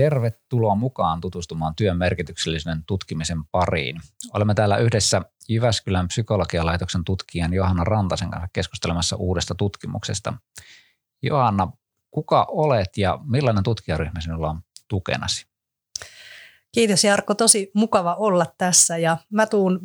Tervetuloa mukaan tutustumaan työn merkityksellisen tutkimisen pariin. Olemme täällä yhdessä Jyväskylän psykologialaitoksen tutkijan Johanna Rantasen kanssa keskustelemassa uudesta tutkimuksesta. Johanna, kuka olet ja millainen tutkijaryhmä sinulla on tukenasi? Kiitos Jarkko, tosi mukava olla tässä ja mä tuun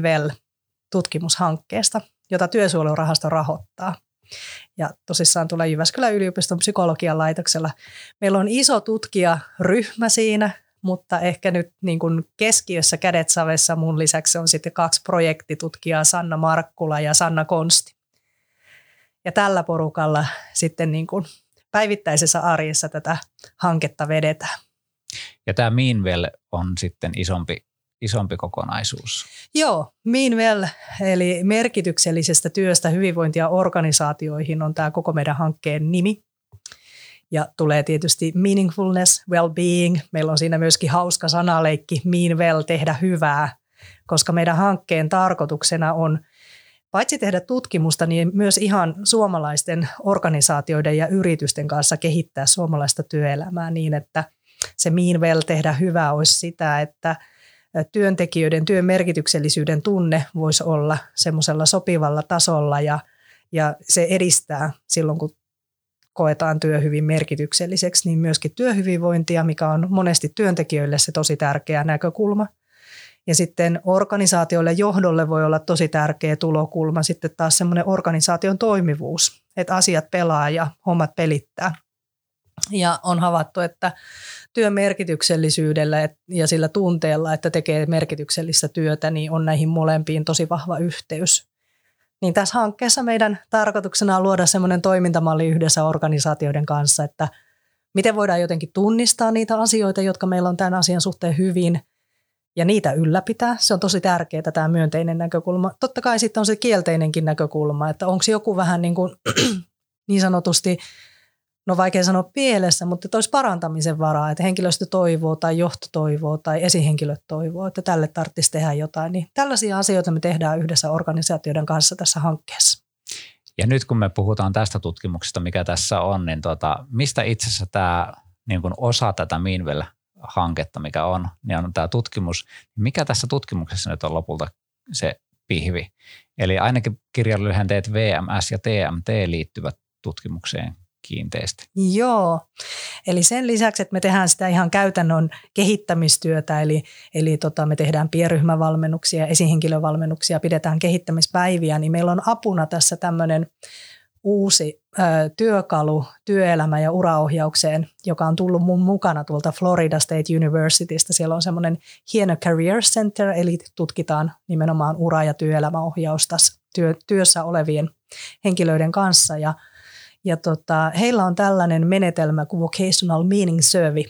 Meanwell-tutkimushankkeesta, jota Työsuojelurahasto rahoittaa. Ja tosissaan tulee Jyväskylän yliopiston psykologian laitoksella. Meillä on iso tutkijaryhmä siinä, mutta ehkä nyt niin kuin keskiössä kädet savessa mun lisäksi on sitten 2 projektitutkijaa, Sanna Markkula ja Sanna Konsti. Ja tällä porukalla sitten niin kuin päivittäisessä arjessa tätä hanketta vedetään. Ja tämä Meanwell on sitten isompi kokonaisuus. Joo, Meanwell eli merkityksellisestä työstä hyvinvointia organisaatioihin on tämä koko meidän hankkeen nimi. Ja tulee tietysti meaningfulness, well-being. Meillä on siinä myöskin hauska sanaleikki, Meanwell, tehdä hyvää, koska meidän hankkeen tarkoituksena on paitsi tehdä tutkimusta, niin myös ihan suomalaisten organisaatioiden ja yritysten kanssa kehittää suomalaista työelämää niin, että se Meanwell, tehdä hyvää olisi sitä, että työntekijöiden työn merkityksellisyyden tunne voisi olla semmoisella sopivalla tasolla ja se edistää silloin, kun koetaan työ hyvin merkitykselliseksi, niin myöskin työhyvinvointia, mikä on monesti työntekijöille se tosi tärkeä näkökulma. Ja sitten organisaatioille johdolle voi olla tosi tärkeä tulokulma sitten taas semmoinen organisaation toimivuus, että asiat pelaa ja hommat pelittää. Ja on havaittu, että työn merkityksellisyydellä ja sillä tunteella, että tekee merkityksellistä työtä, niin on näihin molempiin tosi vahva yhteys. Niin tässä hankkeessa meidän tarkoituksena on luoda semmoinen toimintamalli yhdessä organisaatioiden kanssa, että miten voidaan jotenkin tunnistaa niitä asioita, jotka meillä on tämän asian suhteen hyvin, ja niitä ylläpitää. Se on tosi tärkeää, tämä myönteinen näkökulma. Totta kai sitten on se kielteinenkin näkökulma, että onko joku vähän niin kuin niin sanotusti, no vaikea sanoa pielessä, mutta olisi parantamisen varaa, että henkilöstö toivoo tai johto toivoo tai esihenkilöt toivoo, että tälle tarvitsisi tehdä jotain. Niin tällaisia asioita me tehdään yhdessä organisaatioiden kanssa tässä hankkeessa. Ja nyt kun me puhutaan tästä tutkimuksesta, mikä tässä on, niin mistä itse asiassa tämä niin kuin osa tätä Meanwell-hanketta, mikä on, niin on tämä tutkimus. Mikä tässä tutkimuksessa nyt on lopulta se pihvi? Eli ainakin kirjanlyhenteet VMS ja TMT liittyvät tutkimukseen kiinteästi. Joo, eli sen lisäksi, että me tehdään sitä ihan käytännön kehittämistyötä, eli me tehdään pienryhmävalmennuksia, esihenkilövalmennuksia, pidetään kehittämispäiviä, niin meillä on apuna tässä tämmöinen uusi työkalu työelämä- ja uraohjaukseen, joka on tullut mun mukana tuolta Florida State Universitystä. Siellä on semmoinen hieno Career Center, eli tutkitaan nimenomaan ura- ja työelämäohjausta työssä olevien henkilöiden kanssa, ja heillä on tällainen menetelmä kuin Vocational Meaning Survey.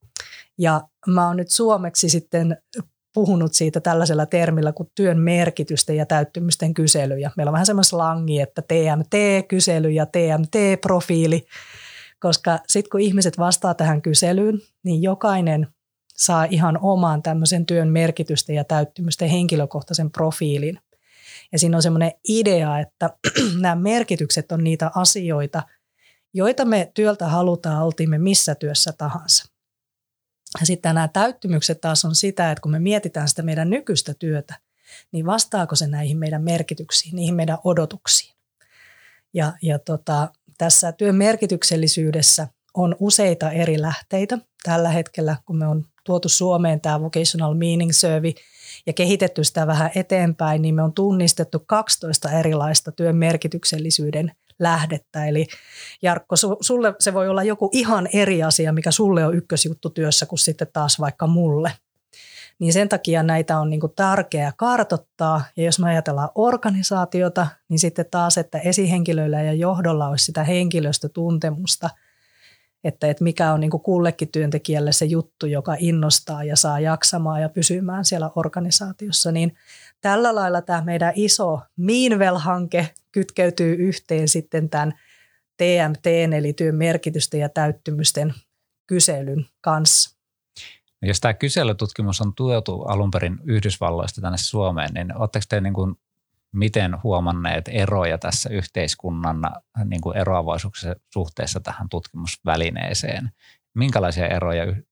Ja mä oon nyt suomeksi sitten puhunut siitä tällaisella termillä kuin työn merkitysten ja täyttymysten kysely. Ja meillä on vähän semmoinen slangi, että TMT-kysely ja TMT-profiili, koska sitten kun ihmiset vastaa tähän kyselyyn, niin jokainen saa ihan oman tämmöisen työn merkitysten ja täyttymysten henkilökohtaisen profiilin. Ja siinä on semmoinen idea, että nämä merkitykset on niitä asioita, joita me työltä halutaan, oltiin me missä työssä tahansa. Ja sitten nämä täyttymykset taas on sitä, että kun me mietitään sitä meidän nykyistä työtä, niin vastaako se näihin meidän merkityksiin, niihin meidän odotuksiin. Ja tässä työn merkityksellisyydessä on useita eri lähteitä. Tällä hetkellä, kun me on tuotu Suomeen tämä Vocational Meaning Survey, ja kehitetty sitä vähän eteenpäin, niin me on tunnistettu 12 erilaista työn merkityksellisyyden lähdettä. Eli Jarkko, sulle se voi olla joku ihan eri asia, mikä sulle on ykkösjuttu työssä kuin sitten taas vaikka mulle. Niin sen takia näitä on niin kuin tärkeää kartoittaa. Ja jos me ajatellaan organisaatiota, niin sitten taas, että esihenkilöillä ja johdolla olisi sitä henkilöstötuntemusta, että mikä on niin kuin kullekin työntekijälle se juttu, joka innostaa ja saa jaksamaan ja pysymään siellä organisaatiossa. Niin tällä lailla tämä meidän iso Meanwell-hanke kytkeytyy yhteen sitten tämän TMT:n eli työn merkitysten ja täyttymysten kyselyn kanssa. Jos tämä kyselytutkimus on tuotu alun perin Yhdysvalloista tänne Suomeen, niin oletteko te niin kuin miten huomanneet eroja tässä yhteiskunnan niin kuin eroavaisuuksissa suhteessa tähän tutkimusvälineeseen? Minkälaisia eroja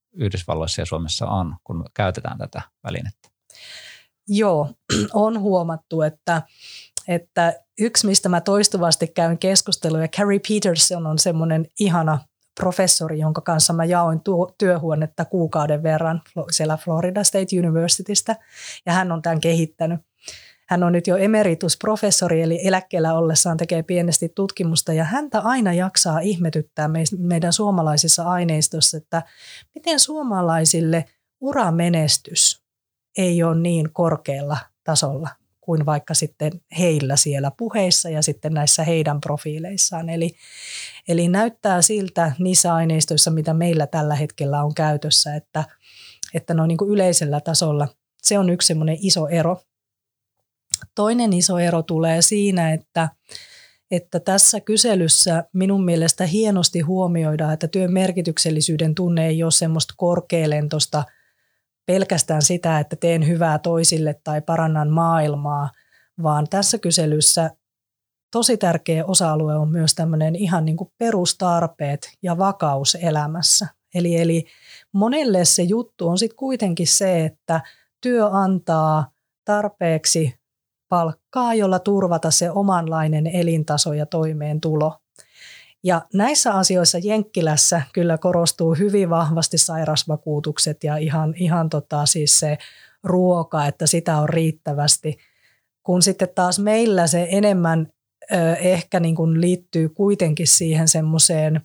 Yhdysvalloissa ja Suomessa on, kun käytetään tätä välinettä? Joo, on huomattu, että yksi, mistä mä toistuvasti käyn keskustelua, ja Carrie Peterson on semmoinen ihana professori, jonka kanssa mä jaoin työhuonetta kuukauden verran siellä Florida State Universitystä, ja hän on tämän kehittänyt. Hän on nyt jo emeritusprofessori, eli eläkkeellä ollessaan tekee pienesti tutkimusta, ja häntä aina jaksaa ihmetyttää meidän suomalaisissa aineistossa, että miten suomalaisille uramenestys ei ole niin korkealla tasolla kuin vaikka sitten heillä siellä puheissa ja sitten näissä heidän profiileissaan. Eli näyttää siltä niissä aineistoissa, mitä meillä tällä hetkellä on käytössä, että no niin kuin yleisellä tasolla se on yksi semmoinen iso ero. Toinen iso ero tulee siinä, että tässä kyselyssä minun mielestä hienosti huomioidaan, että työn merkityksellisyyden tunne ei ole semmoista korkealentoista pelkästään sitä, että teen hyvää toisille tai parannan maailmaa, vaan tässä kyselyssä tosi tärkeä osa-alue on myös tämmöinen ihan niin kuin perustarpeet ja vakaus elämässä. Eli monelle se juttu on sitten kuitenkin se, että työ antaa tarpeeksi palkkaa, jolla turvata se omanlainen elintaso ja toimeentulo. Ja näissä asioissa Jenkkilässä kyllä korostuu hyvin vahvasti sairausvakuutukset ja ihan siis se ruoka, että sitä on riittävästi. Kun sitten taas meillä se enemmän ehkä niin kuin liittyy kuitenkin siihen semmoiseen,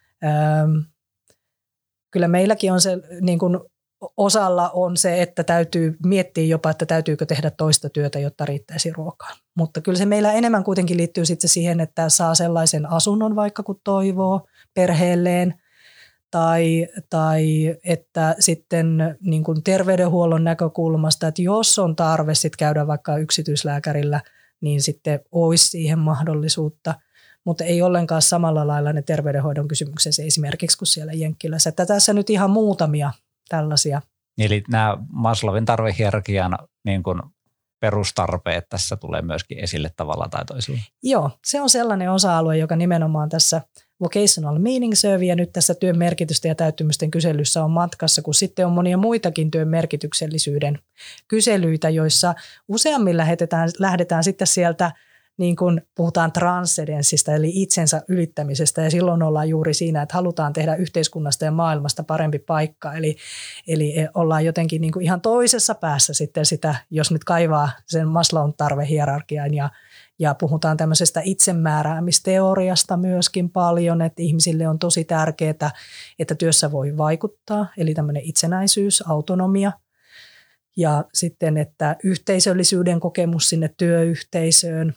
kyllä meilläkin on se niin kuin osalla on se, että täytyy miettiä jopa, että täytyykö tehdä toista työtä, jotta riittäisi ruokaa. Mutta kyllä se meillä enemmän kuitenkin liittyy sitten siihen, että saa sellaisen asunnon vaikka kun toivoo perheelleen tai että sitten niin kuin terveydenhuollon näkökulmasta, että jos on tarve sitten käydä vaikka yksityislääkärillä, niin sitten olisi siihen mahdollisuutta. Mutta ei ollenkaan samalla lailla ne terveydenhoidon kysymyksessä esimerkiksi kuin siellä Jenkkilässä. Että tässä nyt ihan muutamia tällaisia. Eli nämä Maslowin tarvehierarkian niin kuin perustarpeet tässä tulee myöskin esille tavalla tai toisella. Joo, se on sellainen osa-alue, joka nimenomaan tässä Vocational Meaning Survey ja nyt tässä työn merkitystä ja täyttymysten kyselyssä on matkassa, kun sitten on monia muitakin työn merkityksellisyyden kyselyitä, joissa useammin lähdetään sitten sieltä, niin kuin puhutaan transcendenssista eli itsensä ylittämisestä ja silloin ollaan juuri siinä, että halutaan tehdä yhteiskunnasta ja maailmasta parempi paikka. Eli ollaan jotenkin niin kuin ihan toisessa päässä sitten sitä, jos nyt kaivaa sen Maslown tarvehierarkian ja puhutaan tämmöisestä itsemääräämisteoriasta myöskin paljon, että ihmisille on tosi tärkeää, että työssä voi vaikuttaa, eli tämmöinen itsenäisyys, autonomia. Ja sitten, että yhteisöllisyyden kokemus sinne työyhteisöön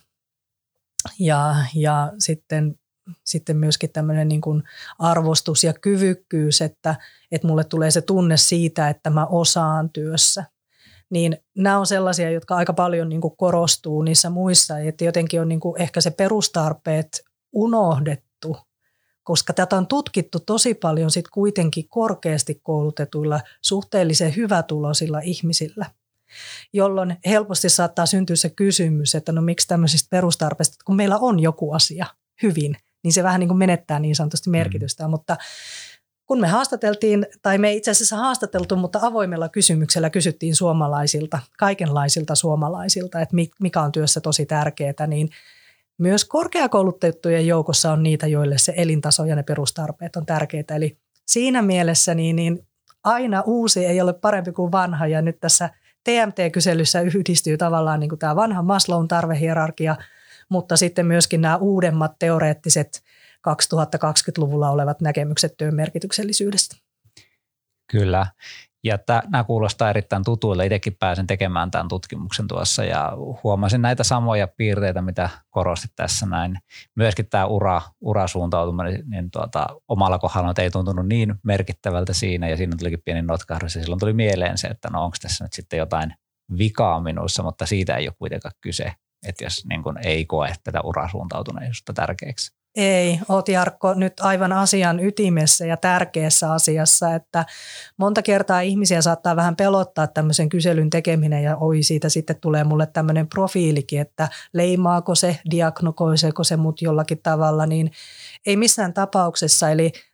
ja sitten myöskin tämmöinen niin kuin arvostus ja kyvykkyys, että mulle tulee se tunne siitä, että mä osaan työssä. Niin nämä on sellaisia, jotka aika paljon niin kuin korostuu niissä muissa, että jotenkin on niin kuin ehkä se perustarpeet unohdettu, koska tätä on tutkittu tosi paljon sit kuitenkin korkeasti koulutetuilla, suhteellisen hyvätuloisilla ihmisillä, jolloin helposti saattaa syntyä se kysymys, että no miksi tämmöisistä perustarpeista, kun meillä on joku asia hyvin, niin se vähän niin kuin menettää niin sanotusti merkitystä, mutta kun me haastateltiin, tai me itse asiassa haastateltu, mutta avoimella kysymyksellä kysyttiin suomalaisilta, kaikenlaisilta suomalaisilta, että mikä on työssä tosi tärkeää, niin myös korkeakoulutettujen joukossa on niitä, joille se elintaso ja ne perustarpeet on tärkeitä. Eli siinä mielessä niin aina uusi ei ole parempi kuin vanha, ja nyt tässä TMT-kyselyssä yhdistyy tavallaan niin kuin tämä vanha Maslown tarvehierarkia, mutta sitten myöskin nämä uudemmat teoreettiset 2020-luvulla olevat näkemykset työn merkityksellisyydestä. Kyllä. Ja nämä kuulostaa erittäin tutuille. Itsekin pääsin tekemään tämän tutkimuksen tuossa ja huomasin näitä samoja piirteitä, mitä korostit tässä näin. Myöskin tämä urasuuntautuminen niin omalla kohdalla ei tuntunut niin merkittävältä siinä ja siinä tulikin pieni notkahdus ja silloin tuli mieleen se, että no onko tässä nyt sitten jotain vikaa minussa, mutta siitä ei ole kuitenkaan kyse, että jos niin kuin ei koe tätä urasuuntautuneisuutta tärkeäksi. Ei, oot Jarkko nyt aivan asian ytimessä ja tärkeässä asiassa, että monta kertaa ihmisiä saattaa vähän pelottaa tämmöisen kyselyn tekeminen ja siitä sitten tulee mulle tämmöinen profiilikin, että leimaako se, diagnokoiseeko se mut jollakin tavalla, niin ei missään tapauksessa. Eli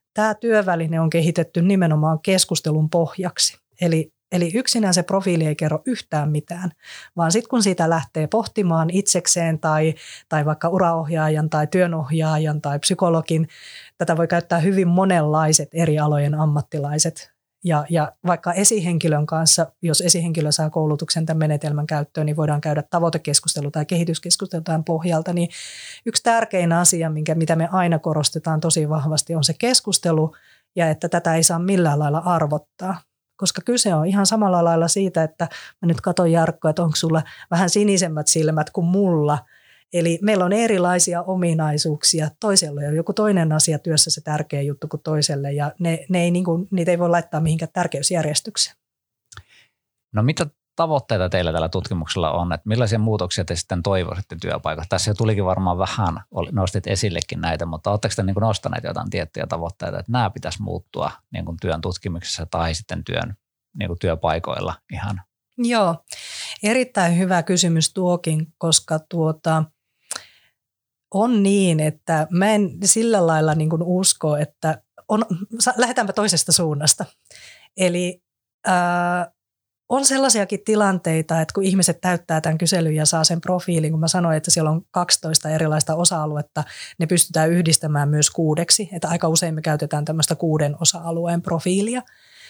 tämä työväline on kehitetty nimenomaan keskustelun pohjaksi. Eli yksinään se profiili ei kerro yhtään mitään, vaan sitten kun siitä lähtee pohtimaan itsekseen tai vaikka uraohjaajan tai työnohjaajan tai psykologin, tätä voi käyttää hyvin monenlaiset eri alojen ammattilaiset. Ja vaikka esihenkilön kanssa, jos esihenkilö saa koulutuksen tämän menetelmän käyttöön, niin voidaan käydä tavoitekeskustelu tai kehityskeskustelu tämän pohjalta. Niin yksi tärkein asia, mitä me aina korostetaan tosi vahvasti, on se keskustelu ja että tätä ei saa millään lailla arvottaa. Koska kyse on ihan samalla lailla siitä, että mä nyt katson Jarkko, että onko sulla vähän sinisemmät silmät kuin mulla. Eli meillä on erilaisia ominaisuuksia. Toisella on joku toinen asia työssä se tärkeä juttu kuin toiselle ja niitä ei voi laittaa mihinkään tärkeysjärjestykseen. No mitä tavoitteita teillä tällä tutkimuksella on? Että millaisia muutoksia te sitten toivoisitte työpaikassa? Tässä jo tulikin varmaan vähän, nostit esillekin näitä, mutta oletteko te nostaneet jotain tiettyjä tavoitteita, että nämä pitäisi muuttua niin kuin työn tutkimuksessa tai sitten työpaikoilla ihan? Joo, erittäin hyvä kysymys tuokin, koska on niin, että mä en sillä lailla niin kuin usko, että lähdetäänpä toisesta suunnasta. Eli on sellaisiakin tilanteita, että kun ihmiset täyttää tämän kyselyn ja saa sen profiilin, kun mä sanoin, että siellä on 12 erilaista osa-aluetta, ne pystytään yhdistämään myös 6, että aika usein me käytetään tämmöistä 6 osa-alueen profiilia,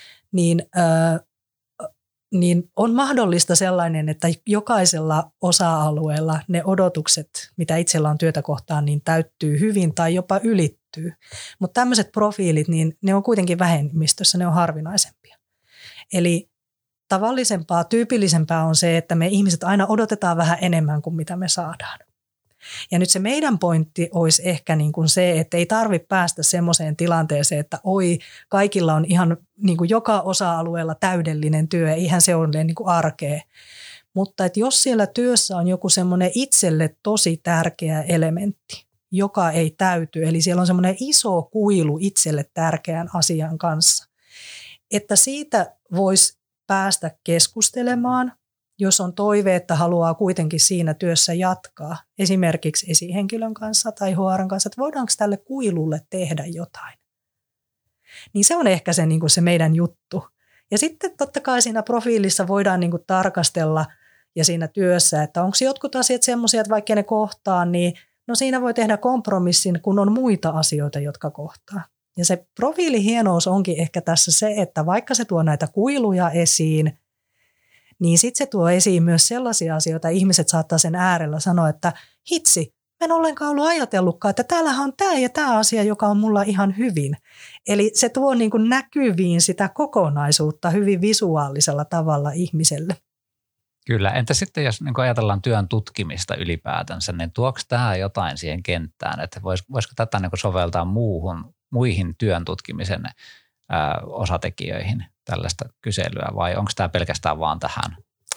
niin on mahdollista sellainen, että jokaisella osa-alueella ne odotukset, mitä itsellä on työtä kohtaan, niin täyttyy hyvin tai jopa ylittyy. Mutta tämmöiset profiilit, niin ne on kuitenkin vähemmistössä, ne on harvinaisempia. Eli tavallisempaa, tyypillisempää on se, että me ihmiset aina odotetaan vähän enemmän kuin mitä me saadaan. Ja nyt se meidän pointti olisi ehkä niin kuin se, että ei tarvitse päästä semmoiseen tilanteeseen, että kaikilla on ihan niin kuin joka osa-alueella täydellinen työ, eihän se ole niin kuin arkea. Mutta että jos siellä työssä on joku semmoinen itselle tosi tärkeä elementti, joka ei täyty, eli siellä on semmoinen iso kuilu itselle tärkeän asian kanssa, että siitä voisi päästä keskustelemaan, jos on toive, että haluaa kuitenkin siinä työssä jatkaa, esimerkiksi esihenkilön kanssa tai HR:n kanssa, että voidaanko tälle kuilulle tehdä jotain. Niin se on ehkä se, niin kuin se meidän juttu. Ja sitten totta kai siinä profiilissa voidaan niin kuin tarkastella ja siinä työssä, että onko jotkut asiat semmoisia, että vaikka ne kohtaa, niin no siinä voi tehdä kompromissin, kun on muita asioita, jotka kohtaa. Ja se profiilihienous onkin ehkä tässä se, että vaikka se tuo näitä kuiluja esiin, niin sitten se tuo esiin myös sellaisia asioita, ihmiset saattaa sen äärellä sanoa, että hitsi, mä en ollenkaan ollut ajatellutkaan, että täällähän on tämä ja tämä asia, joka on mulla ihan hyvin. Eli se tuo niin kuin näkyviin sitä kokonaisuutta hyvin visuaalisella tavalla ihmiselle. Kyllä. Entä sitten, jos niin ajatellaan työn tutkimista ylipäätänsä, niin tuoks tämä jotain siihen kenttään? Että voisiko tätä niin soveltaa muihin työn tutkimisen osatekijöihin tällaista kyselyä vai onko tämä pelkästään vaan tähän?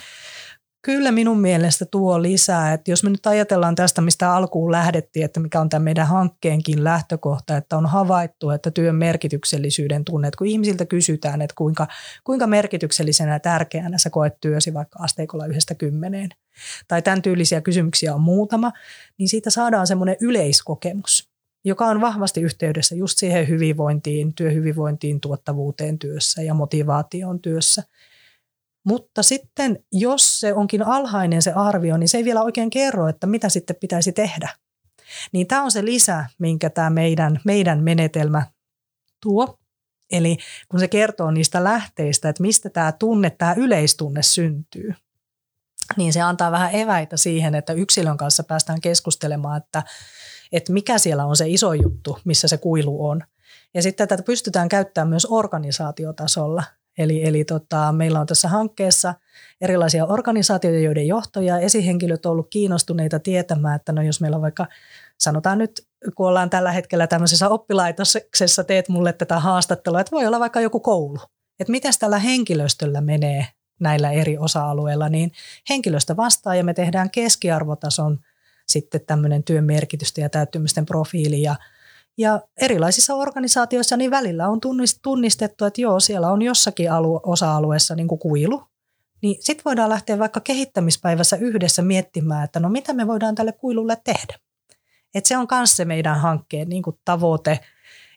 Kyllä minun mielestä tuo lisää, että jos me nyt ajatellaan tästä, mistä alkuun lähdettiin, että mikä on tämä meidän hankkeenkin lähtökohta, että on havaittu, että työn merkityksellisyyden tunne, että kun ihmisiltä kysytään, että kuinka merkityksellisenä ja tärkeänä sä koet työsi vaikka asteikolla 1–10, tai tämän tyylisiä kysymyksiä on muutama, niin siitä saadaan semmoinen yleiskokemus, joka on vahvasti yhteydessä just siihen hyvinvointiin, työhyvinvointiin, tuottavuuteen työssä ja motivaatioon työssä. Mutta sitten, jos se onkin alhainen se arvio, niin se ei vielä oikein kerro, että mitä sitten pitäisi tehdä. Niin tämä on se lisä, minkä tämä meidän menetelmä tuo. Eli kun se kertoo niistä lähteistä, että mistä tämä tunne, tämä yleistunne syntyy, niin se antaa vähän eväitä siihen, että yksilön kanssa päästään keskustelemaan, että mikä siellä on se iso juttu, missä se kuilu on. Ja sitten tätä pystytään käyttämään myös organisaatiotasolla. Eli meillä on tässä hankkeessa erilaisia organisaatioita, joiden johtoja ja esihenkilöt on ollut kiinnostuneita tietämään, että no jos meillä on vaikka, sanotaan nyt, kun ollaan tällä hetkellä tämmöisessä oppilaitoksessa, teet mulle tätä haastattelua, että voi olla vaikka joku koulu. Että miten tällä henkilöstöllä menee näillä eri osa-alueilla, niin henkilöstö vastaa ja me tehdään keskiarvotason sitten tämmöinen työn merkitystä ja täyttymisten profiili ja erilaisissa organisaatioissa niin välillä on tunnistettu, että joo, siellä on jossakin osa-alueessa niin kuin kuilu. Niin sitten voidaan lähteä vaikka kehittämispäivässä yhdessä miettimään, että no mitä me voidaan tälle kuilulle tehdä. Että se on myös se meidän hankkeen niin kuin tavoite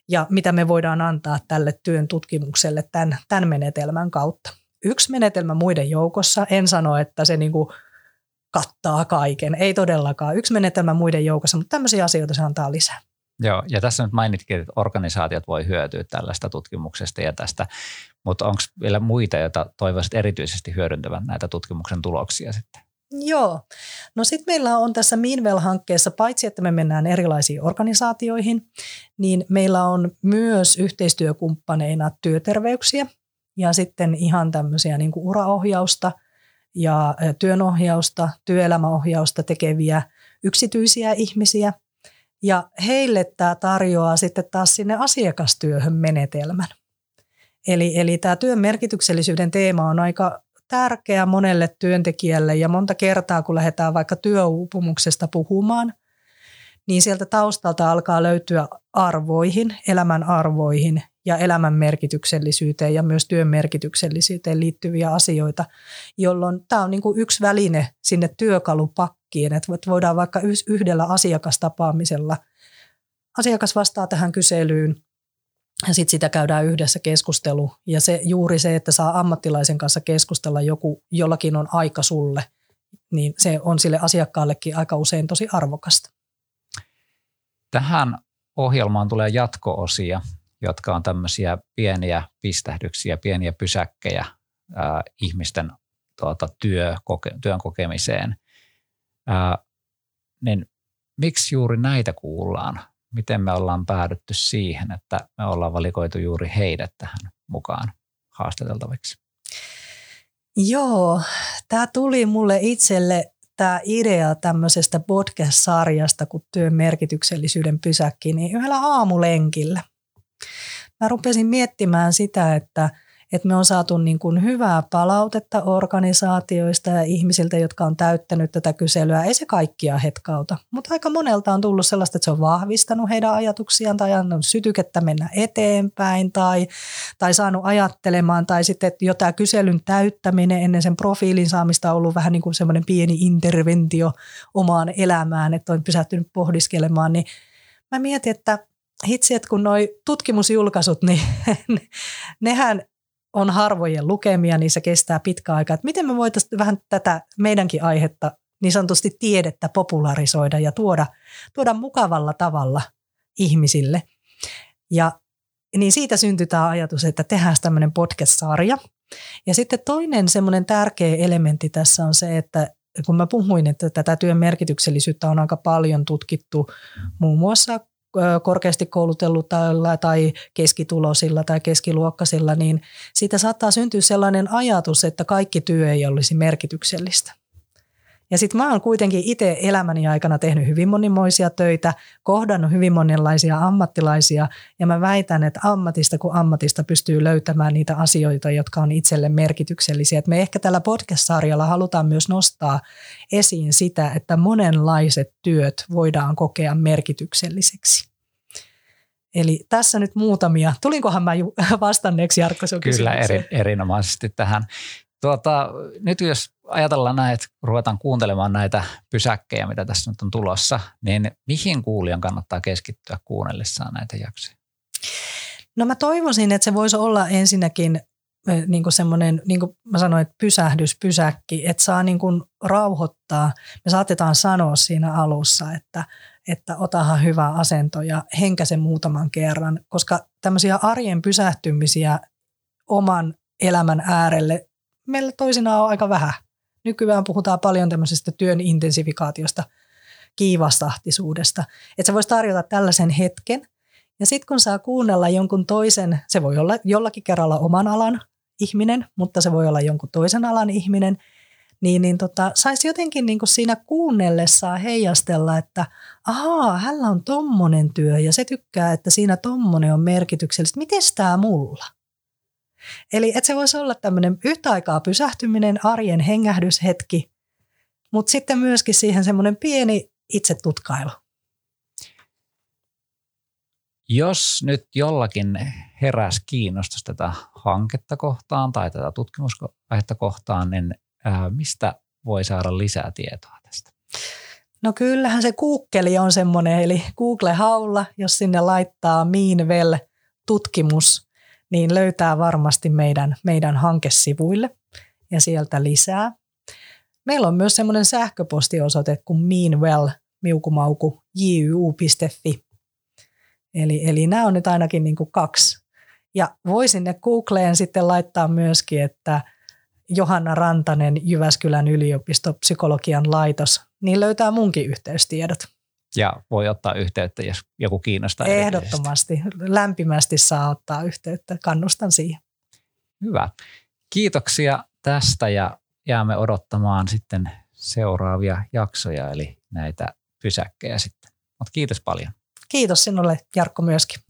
ja mitä me voidaan antaa tälle työn tutkimukselle tämän menetelmän kautta. Yksi menetelmä muiden joukossa, en sano, että se niin kuin kattaa kaiken, ei todellakaan. Yksi menetelmä muiden joukossa, mutta tämmöisiä asioita se antaa lisää. Joo, ja tässä nyt mainitkin, että organisaatiot voi hyötyä tällaista tutkimuksesta ja tästä, mutta onko vielä muita, joita toivoisit erityisesti hyödyntävän näitä tutkimuksen tuloksia sitten? Joo, no sitten meillä on tässä Meanwell-hankkeessa, paitsi että me mennään erilaisiin organisaatioihin, niin meillä on myös yhteistyökumppaneina työterveyksiä ja sitten ihan tämmöisiä niin kuin uraohjausta ja työnohjausta, työelämäohjausta tekeviä yksityisiä ihmisiä. Ja heille tämä tarjoaa sitten taas sinne asiakastyöhön menetelmän. Eli tämä työn merkityksellisyyden teema on aika tärkeä monelle työntekijälle ja monta kertaa kun lähdetään vaikka työuupumuksesta puhumaan, niin sieltä taustalta alkaa löytyä arvoihin, elämän arvoihin ja elämän merkityksellisyyteen ja myös työn merkityksellisyyteen liittyviä asioita, jolloin tämä on niin kuin yksi väline sinne työkalupakkiin, että voidaan vaikka yhdellä asiakastapaamisella, asiakas vastaa tähän kyselyyn ja sitten sitä käydään yhdessä keskustelu ja juuri se, että saa ammattilaisen kanssa keskustella jollakin on aika sulle, niin se on sille asiakkaallekin aika usein tosi arvokasta. Tähän ohjelmaan tulee jatko-osia, jotka on tämmöisiä pieniä pistähdyksiä, pieniä pysäkkejä ihmisten työn kokemiseen. Niin miksi juuri näitä kuullaan? Miten me ollaan päädytty siihen, että me ollaan valikoitu juuri heidät tähän mukaan haastateltaviksi? Joo, tämä tuli mulle itselle tämä idea tämmöisestä podcast-sarjasta kuin työn merkityksellisyyden pysäkki, niin yhdellä aamulenkillä. Mä rupesin miettimään sitä, että me on saatu niin kuin hyvää palautetta organisaatioista ja ihmisiltä, jotka on täyttänyt tätä kyselyä. Ei se kaikkia hetkauta, mutta aika monelta on tullut sellaista, että se on vahvistanut heidän ajatuksiaan tai antanut sytykettä mennä eteenpäin tai saanut ajattelemaan tai sitten jo tämä kyselyn täyttäminen ennen sen profiilin saamista on ollut vähän niin kuin semmoinen pieni interventio omaan elämään, että on pysähtynyt pohdiskelemaan, niin mä mietin, että hitsi, että kun noi tutkimusjulkaisut, niin nehän on harvojen lukemia, niin se kestää pitkä aika. Että miten me voitaisiin vähän tätä meidänkin aihetta niin sanotusti tiedettä popularisoida ja tuoda mukavalla tavalla ihmisille. Ja niin siitä syntyi tämä ajatus, että tehdään tämmöinen podcast-sarja. Ja sitten toinen semmoinen tärkeä elementti tässä on se, että kun mä puhuin, että tätä työn merkityksellisyyttä on aika paljon tutkittu muun muassa korkeasti koulutelluilla tai keskituloisilla tai keskiluokkaisilla, niin siitä saattaa syntyä sellainen ajatus, että kaikki työ ei olisi merkityksellistä. Ja sitten mä oon kuitenkin itse elämäni aikana tehnyt hyvin monimoisia töitä, kohdannut hyvin monenlaisia ammattilaisia ja mä väitän, että ammatista kuin ammatista pystyy löytämään niitä asioita, jotka on itselle merkityksellisiä. Et me ehkä tällä podcast-sarjalla halutaan myös nostaa esiin sitä, että monenlaiset työt voidaan kokea merkitykselliseksi. Eli tässä nyt muutamia. Tulinkohan mä vastanneeksi, Jarkko, sun kysymykseen? Kyllä, erinomaisesti tähän. Nyt jos ajatellaan näin, että ruvetaan kuuntelemaan näitä pysäkkejä, mitä tässä nyt on tulossa, niin mihin kuulijan kannattaa keskittyä kuunnellessaan näitä jaksoja? No mä toivoisin, että se voisi olla ensinnäkin niin kuin semmoinen, niin kuin mä sanoin, että pysähdyspysäkki, että saa niin kuin rauhoittaa. Me saatetaan sanoa siinä alussa, että otahan hyvä asento ja henkäse muutaman kerran, koska tämmöisiä arjen pysähtymisiä oman elämän äärelle meillä toisinaan on aika vähän. Nykyään puhutaan paljon tämmöisestä työn intensifikaatiosta, kiivastahtisuudesta. Että se voisi tarjota tällaisen hetken. Ja sitten kun saa kuunnella jonkun toisen, se voi olla jollakin kerralla oman alan ihminen, mutta se voi olla jonkun toisen alan ihminen, niin saisi jotenkin niin kuin siinä kuunnellessaan heijastella, että ahaa, hänellä on tommonen työ ja se tykkää, että siinä tommonen on merkityksellistä. Mites tää mulla? Eli että se voisi olla tämmöinen yhtä aikaa pysähtyminen, arjen hengähdyshetki, mutta sitten myöskin siihen semmoinen pieni itsetutkailu. Jos nyt jollakin heräsi kiinnostus tätä hanketta kohtaan tai tätä tutkimusaihetta kohtaan, niin mistä voi saada lisää tietoa tästä? No kyllähän se Google on semmoinen, eli Google-haulla, jos sinne laittaa Meanwell-tutkimus, niin löytää varmasti meidän hankesivuille ja sieltä lisää. Meillä on myös semmoinen sähköpostiosoite kuin meanwell@jyu.fi. Eli nämä on nyt ainakin niin kuin 2. Ja voi sinne Googleen sitten laittaa myöskin, että Johanna Rantanen, Jyväskylän yliopisto, psykologian laitos, niin löytää munkin yhteystiedot. Ja voi ottaa yhteyttä, jos joku kiinnostaa. Ehdottomasti. Lämpimästi saa ottaa yhteyttä. Kannustan siihen. Hyvä. Kiitoksia tästä ja jäämme odottamaan sitten seuraavia jaksoja, eli näitä pysäkkejä sitten. Mutta kiitos paljon. Kiitos sinulle, Jarkko, myöskin.